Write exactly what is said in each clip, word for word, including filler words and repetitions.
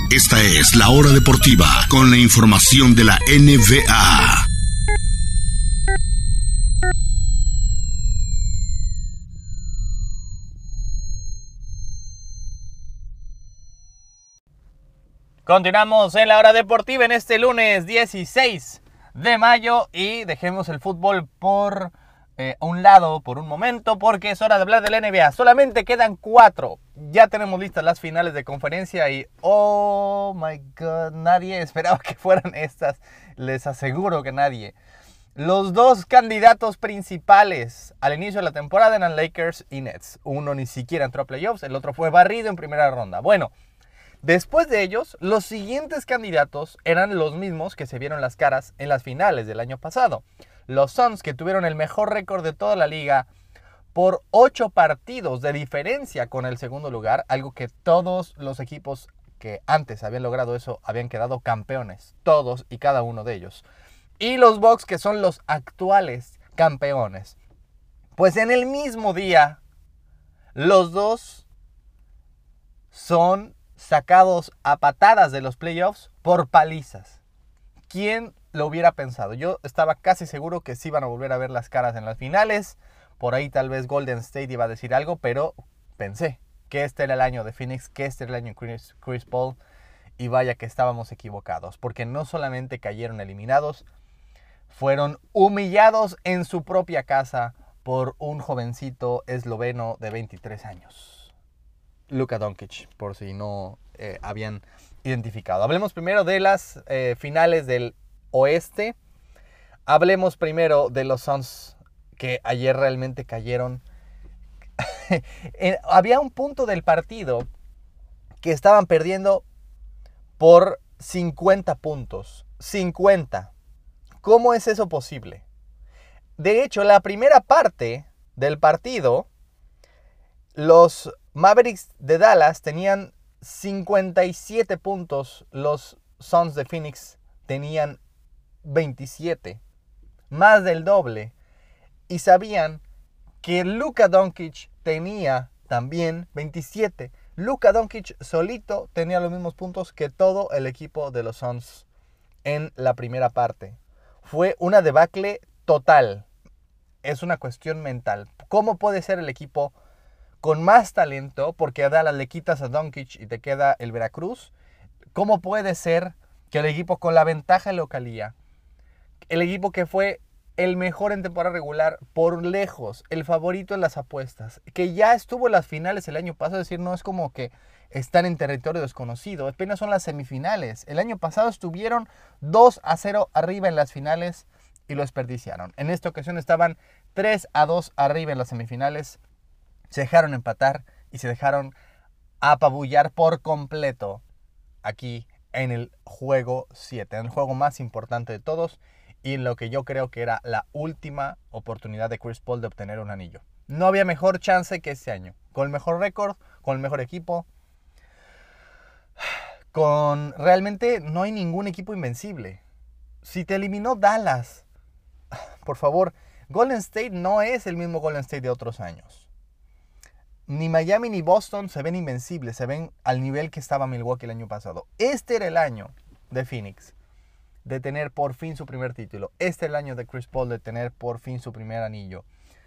Esta es La Hora Deportiva con la información de la N B A. Continuamos en La Hora Deportiva en este lunes dieciséis de mayo y dejemos el fútbol por eh, un lado por un momento porque es hora de hablar de la N B A. Solamente quedan cuatro. Ya tenemos listas las finales de conferencia y oh my god, nadie esperaba que fueran estas. Les aseguro que nadie. Los dos candidatos principales al inicio de la temporada eran Lakers y Nets. Uno ni siquiera entró a playoffs, el otro fue barrido en primera ronda. Bueno, después de ellos, los siguientes candidatos eran los mismos que se vieron las caras en las finales del año pasado. Los Suns, que tuvieron el mejor récord de toda la liga por ocho partidos de diferencia con el segundo lugar, algo que todos los equipos que antes habían logrado eso habían quedado campeones, todos y cada uno de ellos. Y los Bucks, que son los actuales campeones. Pues en el mismo día, los dos son sacados a patadas de los playoffs por palizas. ¿Quién lo hubiera pensado? Yo estaba casi seguro que sí iban a volver a ver las caras en las finales. Por ahí tal vez Golden State iba a decir algo, pero pensé que este era el año de Phoenix, que este era el año de Chris, Chris Paul. Y vaya que estábamos equivocados, porque no solamente cayeron eliminados, fueron humillados en su propia casa por un jovencito esloveno de veintitrés años. Luka Doncic, por si no eh, habían identificado. Hablemos primero de las eh, finales del oeste. Hablemos primero de los Suns, que ayer realmente cayeron. Había un punto del partido que estaban perdiendo por cincuenta puntos. cincuenta. ¿Cómo es eso posible? De hecho, la primera parte del partido, los Mavericks de Dallas tenían cincuenta y siete puntos, los Suns de Phoenix tenían veintisiete, más del doble. Y sabían que Luka Doncic tenía también veintisiete. Luka Doncic solito tenía los mismos puntos que todo el equipo de los Suns en la primera parte. Fue una debacle total. Es una cuestión mental. ¿Cómo puede ser el equipo con más talento, porque a Dallas le quitas a Doncic y te queda el Veracruz? ¿Cómo puede ser que el equipo con la ventaja de localía, el equipo que fue el mejor en temporada regular por lejos, el favorito en las apuestas, que ya estuvo en las finales el año pasado, es decir, no es como que están en territorio desconocido, apenas son las semifinales. El año pasado estuvieron dos a cero arriba en las finales y lo desperdiciaron. En esta ocasión estaban tres a dos arriba en las semifinales. Se dejaron empatar y se dejaron apabullar por completo aquí en el juego siete, en el juego más importante de todos y en lo que yo creo que era la última oportunidad de Chris Paul de obtener un anillo. No había mejor chance que este año, con el mejor récord, con el mejor equipo, con realmente no hay ningún equipo invencible. Si te eliminó Dallas, por favor, Golden State no es el mismo Golden State de otros años. Ni Miami ni Boston se ven invencibles, se ven al nivel que estaba Milwaukee el año pasado. Este era el año de Phoenix, de tener por fin su primer título. Este era el año de Chris Paul, de tener por fin su primer anillo.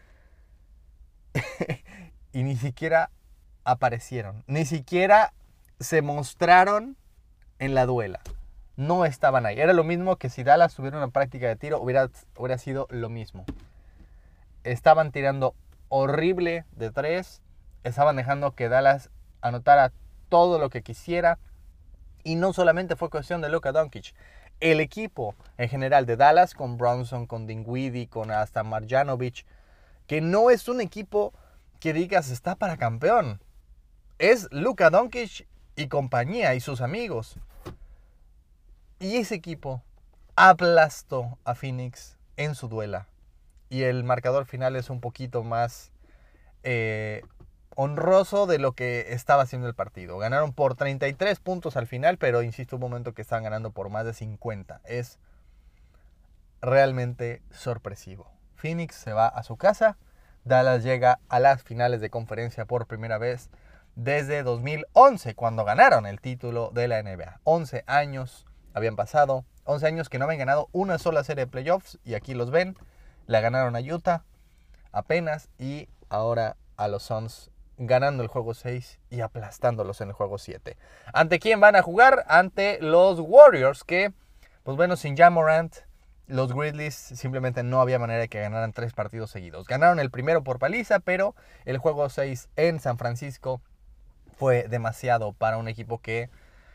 Y ni siquiera aparecieron, ni siquiera se mostraron en la duela. No estaban ahí. Era lo mismo que si Dallas tuviera una práctica de tiro, hubiera, hubiera sido lo mismo. Estaban tirando horrible de tres. Estaban dejando que Dallas anotara todo lo que quisiera. Y no solamente fue cuestión de Luka Doncic. El equipo en general de Dallas, con Bronson, con Dinwiddie, con hasta Marjanovic, que no es un equipo que digas está para campeón. Es Luka Doncic y compañía y sus amigos. Y ese equipo aplastó a Phoenix en su duela. Y el marcador final es un poquito más eh, honroso de lo que estaba haciendo el partido. Ganaron por treinta y tres puntos al final, pero insisto, un momento que estaban ganando por más de cincuenta. Es realmente sorpresivo. Phoenix se va a su casa. Dallas llega a las finales de conferencia por primera vez desde dos mil once, cuando ganaron el título de la N B A. once años habían pasado, once años que no habían ganado una sola serie de playoffs, y aquí los ven, la ganaron a Utah apenas, y ahora a los Suns ganando el juego seis y aplastándolos en el juego siete. ¿Ante quién van a jugar? Ante los Warriors, que, pues bueno, sin Ja Morant, los Grizzlies simplemente no había manera de que ganaran tres partidos seguidos. Ganaron el primero por paliza, pero el juego seis en San Francisco fue demasiado para un equipo que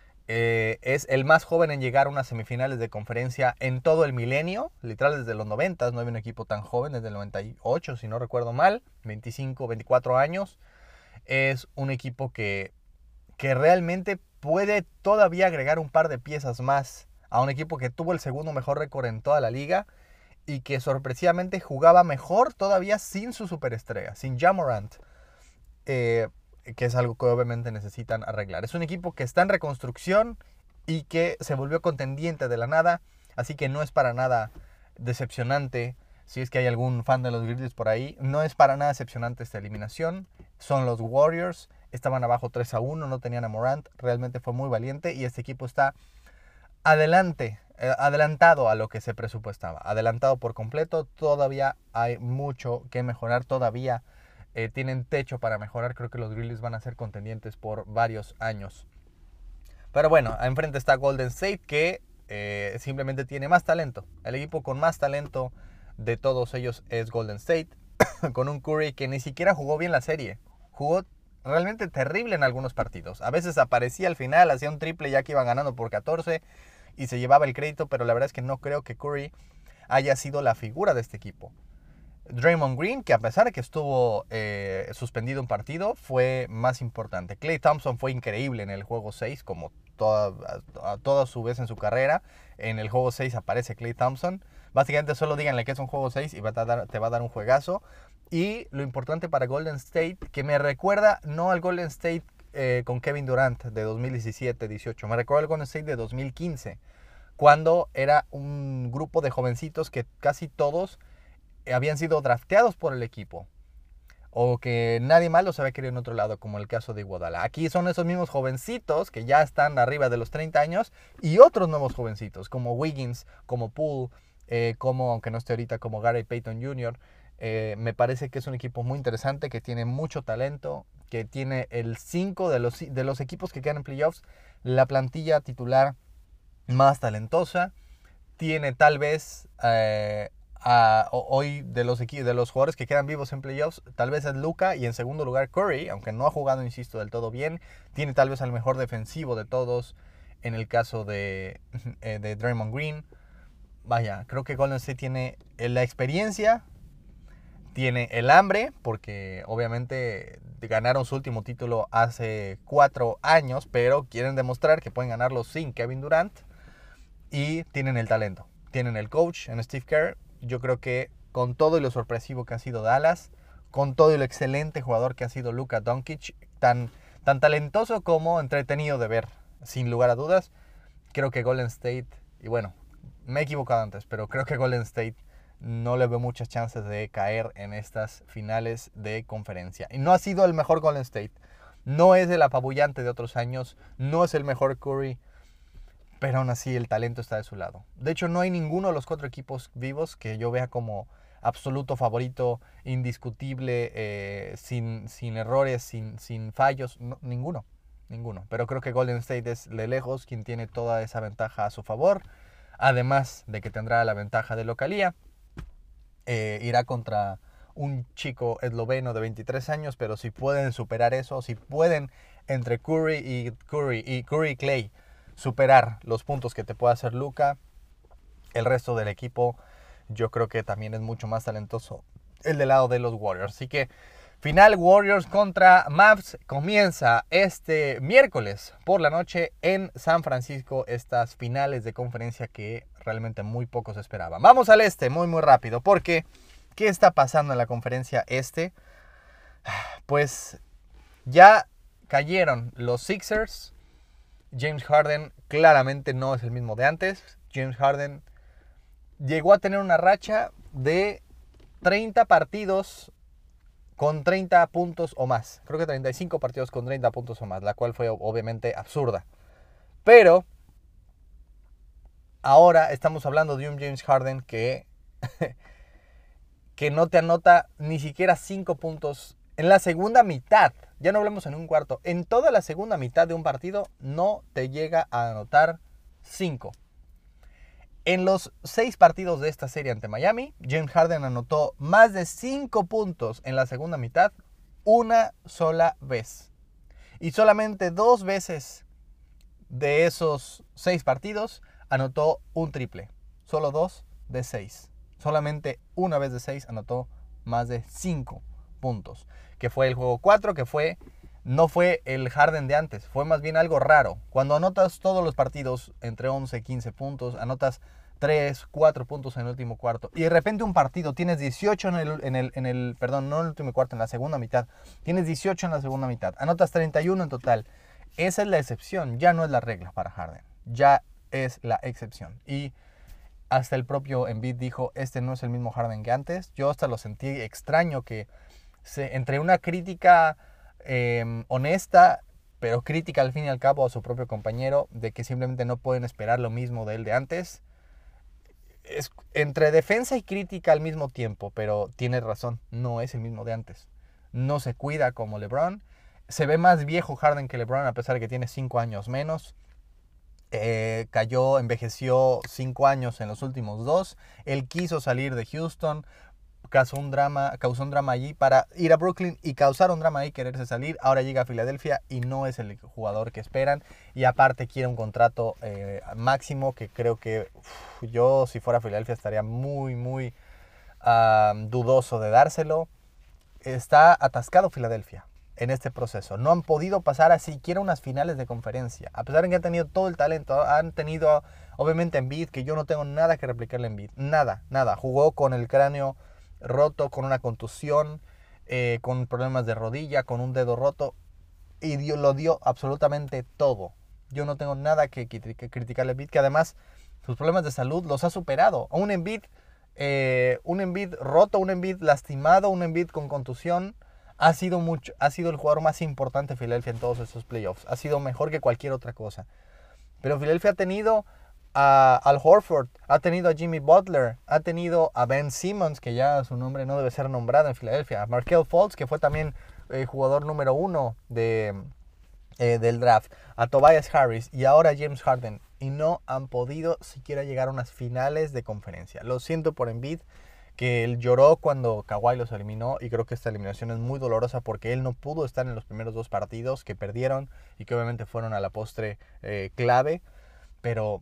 eh, es el más joven en llegar a unas semifinales de conferencia en todo el milenio. Literal, desde los noventas no había un equipo tan joven, desde el noventa y ocho, si no recuerdo mal, veinticinco, veinticuatro años. Es un equipo que, que realmente puede todavía agregar un par de piezas más a un equipo que tuvo el segundo mejor récord en toda la liga y que sorpresivamente jugaba mejor todavía sin su superestrella, sin Ja Morant, eh, que es algo que obviamente necesitan arreglar. Es un equipo que está en reconstrucción y que se volvió contendiente de la nada, así que no es para nada decepcionante. Si es que hay algún fan de los Grizzlies por ahí, no es para nada decepcionante esta eliminación. Son los Warriors, estaban abajo tres a uno, no tenían a Morant, realmente fue muy valiente y este equipo está adelante, eh, adelantado a lo que se presupuestaba, adelantado por completo. Todavía hay mucho que mejorar, todavía eh, tienen techo para mejorar. Creo que los Grizzlies van a ser contendientes por varios años. Pero bueno, enfrente está Golden State, que eh, simplemente tiene más talento. El equipo con más talento de todos ellos es Golden State, con un Curry que ni siquiera jugó bien la serie. Jugó realmente terrible en algunos partidos. A veces aparecía al final, hacía un triple ya que iban ganando por catorce y se llevaba el crédito, pero la verdad es que no creo que Curry haya sido la figura de este equipo. Draymond Green, que a pesar de que estuvo eh, suspendido un partido, fue más importante. Klay Thompson fue increíble en el juego seis, como toda, a toda su vez en su carrera. En el juego seis aparece Klay Thompson. Básicamente solo díganle que es un juego seis y va a dar, te va a dar un juegazo. Y lo importante para Golden State, que me recuerda no al Golden State eh, con Kevin Durant de dos mil diecisiete dieciocho, me recuerda al Golden State de dos mil quince, cuando era un grupo de jovencitos que casi todos habían sido drafteados por el equipo, o que nadie más los había querido en otro lado, como el caso de Iguodala. Aquí son esos mismos jovencitos que ya están arriba de los treinta años y otros nuevos jovencitos, como Wiggins, como Poole, eh, como, aunque no esté ahorita, como Gary Payton junior Eh, me parece que es un equipo muy interesante, que tiene mucho talento, que tiene el cinco de los, de los equipos que quedan en playoffs, la plantilla titular más talentosa. Tiene tal vez eh, a, hoy de los, de los jugadores que quedan vivos en playoffs, tal vez es Luka, y en segundo lugar Curry, aunque no ha jugado, insisto, del todo bien. Tiene tal vez al mejor defensivo de todos en el caso de, de Draymond Green. Vaya, creo que Golden State tiene la experiencia, tiene el hambre, porque obviamente ganaron su último título hace cuatro años, pero quieren demostrar que pueden ganarlo sin Kevin Durant. Y tienen el talento, tienen el coach en Steve Kerr. Yo creo que con todo y lo sorpresivo que ha sido Dallas, con todo y lo excelente jugador que ha sido Luka Doncic, tan, tan talentoso como entretenido de ver, sin lugar a dudas, creo que Golden State, y bueno, me he equivocado antes, pero creo que Golden State no le veo muchas chances de caer en estas finales de conferencia. Y no ha sido el mejor Golden State, no es el apabullante de otros años, no es el mejor Curry, pero aún así el talento está de su lado. De hecho, no hay ninguno de los cuatro equipos vivos que yo vea como absoluto favorito, indiscutible, eh, sin, sin errores, sin, sin fallos, no, ninguno, ninguno. Pero creo que Golden State es de lejos quien tiene toda esa ventaja a su favor, además de que tendrá la ventaja de localía. Eh, irá contra un chico esloveno de veintitrés años, pero si pueden superar eso, si pueden entre Curry y Curry y Curry y Klay superar los puntos que te puede hacer Luka, el resto del equipo yo creo que también es mucho más talentoso el del lado de los Warriors. Así que final Warriors contra Mavs comienza este miércoles por la noche en San Francisco, estas finales de conferencia que realmente muy pocos esperaban. Vamos al este muy muy rápido, porque ¿qué está pasando en la conferencia este? Pues ya cayeron los Sixers. James Harden claramente no es el mismo de antes. James Harden llegó a tener una racha de treinta partidos con treinta puntos o más. Creo que treinta y cinco partidos con treinta puntos o más, la cual fue obviamente absurda. Pero ahora estamos hablando de un James Harden que, que no te anota ni siquiera cinco puntos en la segunda mitad. Ya no hablemos en un cuarto. En toda la segunda mitad de un partido no te llega a anotar cinco. En los seis partidos de esta serie ante Miami, James Harden anotó más de cinco puntos en la segunda mitad una sola vez. Y solamente dos veces de esos seis partidos anotó un triple. Solo dos de seis. Solamente una vez de seis anotó más de cinco puntos. Que fue el juego cuatro, que fue... No fue el Harden de antes, fue más bien algo raro. Cuando anotas todos los partidos entre once y quince puntos, anotas tres, cuatro puntos en el último cuarto, y de repente un partido tienes dieciocho en el, en el, en el, perdón, no en el último cuarto, en la segunda mitad, tienes dieciocho en la segunda mitad, anotas treinta y uno en total. Esa es la excepción, ya no es la regla para Harden, ya es la excepción. Y hasta el propio Embiid dijo, este no es el mismo Harden que antes. Yo hasta lo sentí extraño que se, entre una crítica Eh, honesta, pero crítica al fin y al cabo a su propio compañero, de que simplemente no pueden esperar lo mismo de él de antes. Es entre defensa y crítica al mismo tiempo, pero tiene razón, no es el mismo de antes. No se cuida como LeBron. Se ve más viejo Harden que LeBron, a pesar de que tiene cinco años menos. Eh, cayó, envejeció cinco años en los últimos dos. Él quiso salir de Houston. Causó un drama, causó un drama allí para ir a Brooklyn y causar un drama ahí, quererse salir. Ahora llega a Filadelfia y no es el jugador que esperan. Y aparte quiere un contrato eh, máximo que creo que uf, yo si fuera Filadelfia estaría muy, muy uh, dudoso de dárselo. Está atascado Filadelfia en este proceso. No han podido pasar a siquiera unas finales de conferencia. A pesar de que han tenido todo el talento, han tenido obviamente Embiid, que yo no tengo nada que replicarle a Embiid. Nada, nada. Jugó con el cráneo roto, con una contusión, eh, con problemas de rodilla, con un dedo roto, y dio, lo dio absolutamente todo. Yo no tengo nada que, que, que criticarle a Embiid, que además sus problemas de salud los ha superado. Un Embiid, eh, un Embiid roto, un Embiid lastimado, un Embiid con contusión, ha sido, mucho, ha sido el jugador más importante de Filadelfia en todos estos playoffs. Ha sido mejor que cualquier otra cosa. Pero Filadelfia ha tenido a Al Horford, ha tenido a Jimmy Butler, ha tenido a Ben Simmons, que ya su nombre no debe ser nombrado en Filadelfia, a Markelle Fultz, que fue también eh, jugador número uno de, eh, del draft, a Tobias Harris y ahora a James Harden, y no han podido siquiera llegar a unas finales de conferencia. Lo siento por Embiid, que él lloró cuando Kawhi los eliminó, y creo que esta eliminación es muy dolorosa porque él no pudo estar en los primeros dos partidos que perdieron y que obviamente fueron a la postre eh, clave, pero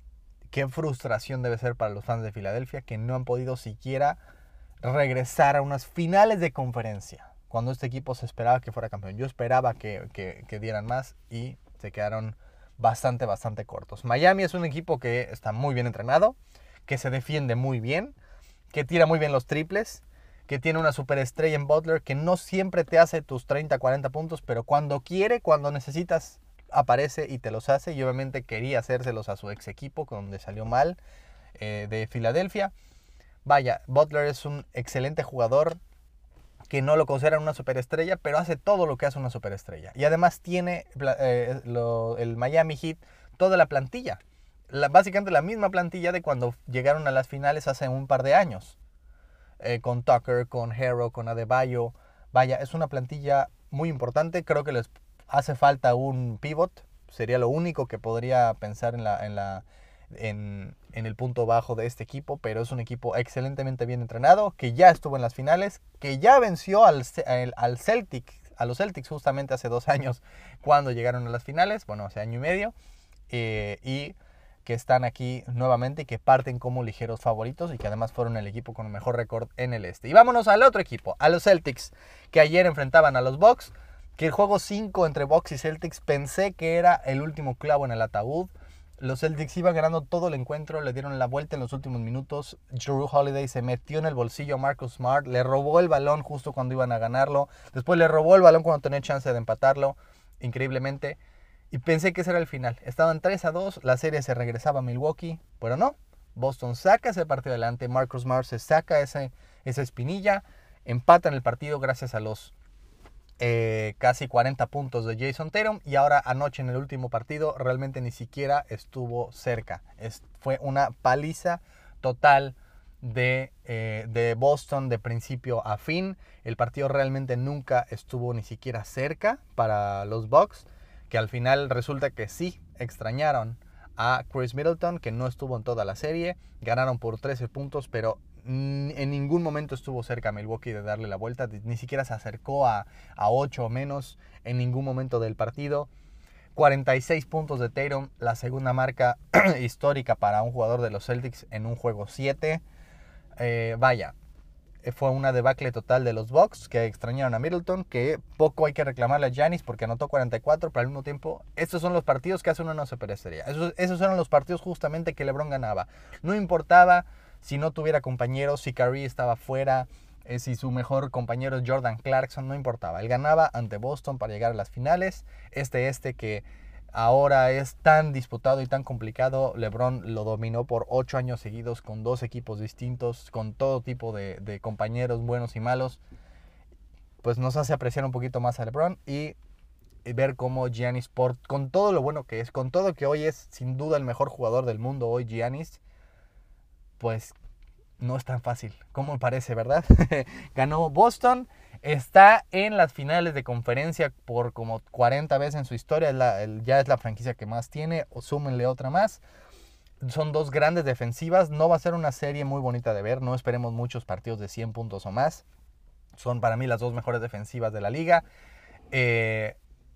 qué frustración debe ser para los fans de Filadelfia que no han podido siquiera regresar a unas finales de conferencia cuando este equipo se esperaba que fuera campeón. Yo esperaba que, que, que dieran más y se quedaron bastante, bastante cortos. Miami es un equipo que está muy bien entrenado, que se defiende muy bien, que tira muy bien los triples, que tiene una superestrella en Butler que no siempre te hace tus treinta, cuarenta puntos, pero cuando quiere, cuando necesitas, aparece y te los hace, y obviamente quería hacérselos a su ex equipo donde salió mal, eh, de Filadelfia. Vaya, Butler es un excelente jugador que no lo consideran una superestrella, pero hace todo lo que hace una superestrella, y además tiene eh, lo, el Miami Heat toda la plantilla, la, básicamente la misma plantilla de cuando llegaron a las finales hace un par de años, eh, con Tucker, con Herro, con Adebayo. Vaya, es una plantilla muy importante. Creo que les hace falta un pivot, sería lo único que podría pensar en, la, en, la, en, en el punto bajo de este equipo, pero es un equipo excelentemente bien entrenado, que ya estuvo en las finales, que ya venció al, al, al Celtic, a los Celtics justamente hace dos años cuando llegaron a las finales, bueno, hace año y medio, eh, y que están aquí nuevamente y que parten como ligeros favoritos, y que además fueron el equipo con el mejor récord en el este. Y vámonos al otro equipo, a los Celtics, que ayer enfrentaban a los Bucks, que el juego cinco entre Bucks y Celtics pensé que era el último clavo en el ataúd. Los Celtics iban ganando todo el encuentro, le dieron la vuelta en los últimos minutos. Jrue Holiday se metió en el bolsillo a Marcus Smart, le robó el balón justo cuando iban a ganarlo, después le robó el balón cuando tenía chance de empatarlo, increíblemente. Y pensé que ese era el final. Estaban tres a dos, la serie se regresaba a Milwaukee, pero no. Boston saca ese partido adelante, Marcus Smart se saca ese, esa espinilla, empatan el partido gracias a los eh, casi cuarenta puntos de Jason Tatum, y ahora anoche en el último partido realmente ni siquiera estuvo cerca. Es, fue una paliza total de, eh, de Boston de principio a fin. El partido realmente nunca estuvo ni siquiera cerca para los Bucks, que al final resulta que sí extrañaron a Chris Middleton, que no estuvo en toda la serie. Ganaron por trece puntos, pero en ningún momento estuvo cerca Milwaukee de darle la vuelta. Ni siquiera se acercó a, a ocho o menos en ningún momento del partido. cuarenta y seis puntos de Tatum, la segunda marca histórica para un jugador de los Celtics en un juego siete. Eh, vaya, fue una debacle total de los Bucks, que extrañaron a Middleton, que poco hay que reclamarle a Giannis porque anotó cuarenta y cuatro, pero al mismo tiempo estos son los partidos que hacen una superestrella. Esos, esos eran los partidos justamente que LeBron ganaba. No importaba si no tuviera compañeros, si Curry estaba fuera, eh, si su mejor compañero es Jordan Clarkson, no importaba. Él ganaba ante Boston para llegar a las finales. Este este que ahora es tan disputado y tan complicado, LeBron lo dominó por ocho años seguidos con dos equipos distintos, con todo tipo de, de compañeros buenos y malos. Pues nos hace apreciar un poquito más a LeBron y ver cómo Giannis, por, con todo lo bueno que es, con todo que hoy es sin duda el mejor jugador del mundo hoy Giannis, pues no es tan fácil como parece, ¿verdad? Ganó Boston, está en las finales de conferencia por como cuarenta veces en su historia, es la, el, ya es la franquicia que más tiene, o súmenle otra más. Son dos grandes defensivas, no va a ser una serie muy bonita de ver, no esperemos muchos partidos de cien puntos o más. Son para mí las dos mejores defensivas de la liga. Eh,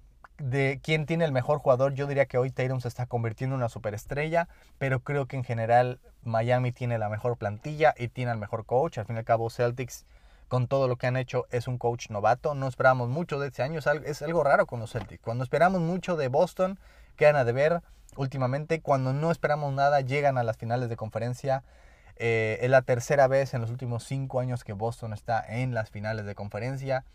de quién tiene el mejor jugador, yo diría que hoy Tatum se está convirtiendo en una superestrella, pero creo que en general Miami tiene la mejor plantilla y tiene el mejor coach. Al fin y al cabo Celtics, con todo lo que han hecho, es un coach novato. No esperamos mucho de este año, es algo, es algo raro con los Celtics. Cuando esperamos mucho de Boston, quedan a deber últimamente. Cuando no esperamos nada, llegan a las finales de conferencia. Eh, es la tercera vez en los últimos cinco años que Boston está en las finales de conferencia.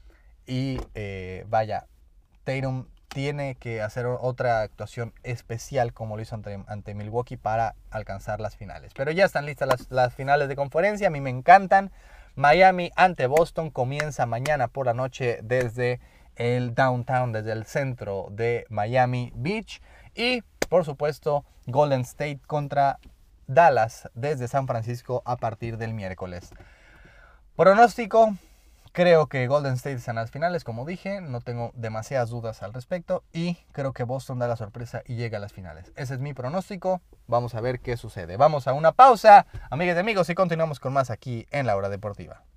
Y eh, vaya, Tatum tiene que hacer otra actuación especial como lo hizo ante, ante Milwaukee para alcanzar las finales. Pero ya están listas las, las finales de conferencia, a mí me encantan. Miami ante Boston comienza mañana por la noche desde el downtown, desde el centro de Miami Beach. Y por supuesto Golden State contra Dallas desde San Francisco a partir del miércoles. Pronóstico: creo que Golden State está en las finales, como dije, no tengo demasiadas dudas al respecto, y creo que Boston da la sorpresa y llega a las finales. Ese es mi pronóstico, vamos a ver qué sucede. Vamos a una pausa, amigas y amigos, y continuamos con más aquí en La Hora Deportiva.